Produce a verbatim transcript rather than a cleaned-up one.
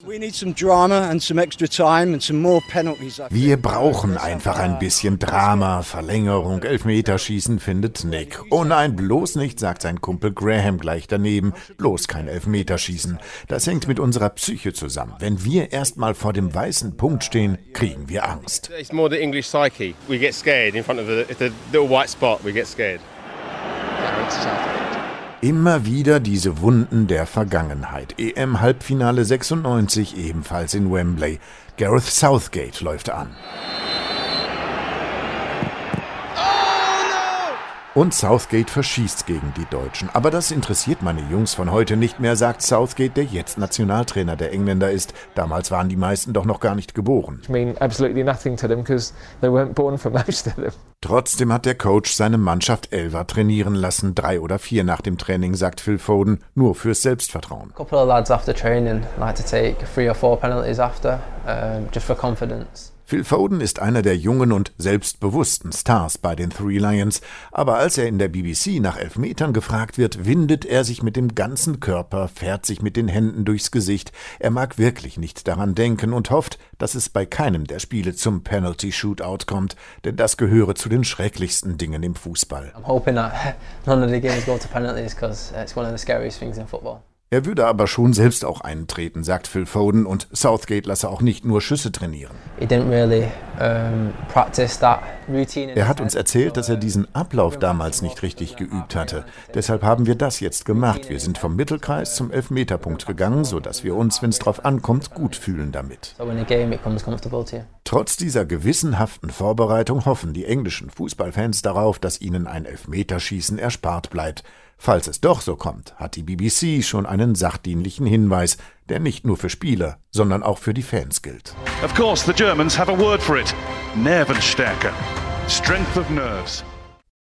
Wir brauchen einfach ein bisschen Drama, Verlängerung, Elfmeterschießen, findet Nick. Oh nein, bloß nicht, sagt sein Kumpel Graham gleich daneben. Bloß kein Elfmeterschießen. Das hängt mit unserer Psyche zusammen. Wenn wir erst mal vor dem weißen Punkt stehen, kriegen wir Angst. It's more the English psyche. We get scared in front of the, the little white spot. We get scared. Immer wieder diese Wunden der Vergangenheit. E M-Halbfinale sechsundneunzig, ebenfalls in Wembley. Gareth Southgate läuft an. Und Southgate verschießt gegen die Deutschen. Aber das interessiert meine Jungs von heute nicht mehr, sagt Southgate, der jetzt Nationaltrainer der Engländer ist. Damals waren die meisten doch noch gar nicht geboren. Trotzdem hat der Coach seine Mannschaft Elfer trainieren lassen. Drei oder vier nach dem Training, sagt Phil Foden, nur fürs Selbstvertrauen. A couple of lads after training like to take three or four penalties after, um, just for confidence. Phil Foden ist einer der jungen und selbstbewussten Stars bei den Three Lions, aber als er in der B B C nach Elfmetern gefragt wird, windet er sich mit dem ganzen Körper, fährt sich mit den Händen durchs Gesicht. Er mag wirklich nicht daran denken und hofft, dass es bei keinem der Spiele zum Penalty-Shootout kommt, denn das gehöre zu den schrecklichsten Dingen im Fußball. I'm hoping that none of the games go to penalties because it's one of the scariest things in football. Er würde aber schon selbst auch eintreten, sagt Phil Foden, und Southgate lasse auch nicht nur Schüsse trainieren. Er hat uns erzählt, dass er diesen Ablauf damals nicht richtig geübt hatte. Deshalb haben wir das jetzt gemacht. Wir sind vom Mittelkreis zum Elfmeterpunkt gegangen, sodass wir uns, wenn es drauf ankommt, gut fühlen damit. Trotz dieser gewissenhaften Vorbereitung hoffen die englischen Fußballfans darauf, dass ihnen ein Elfmeterschießen erspart bleibt. Falls es doch so kommt, hat die B B C schon einen sachdienlichen Hinweis, der nicht nur für Spieler, sondern auch für die Fans gilt. Of course, the Germans have a word for it. Nervenstärke. Strength of nerves.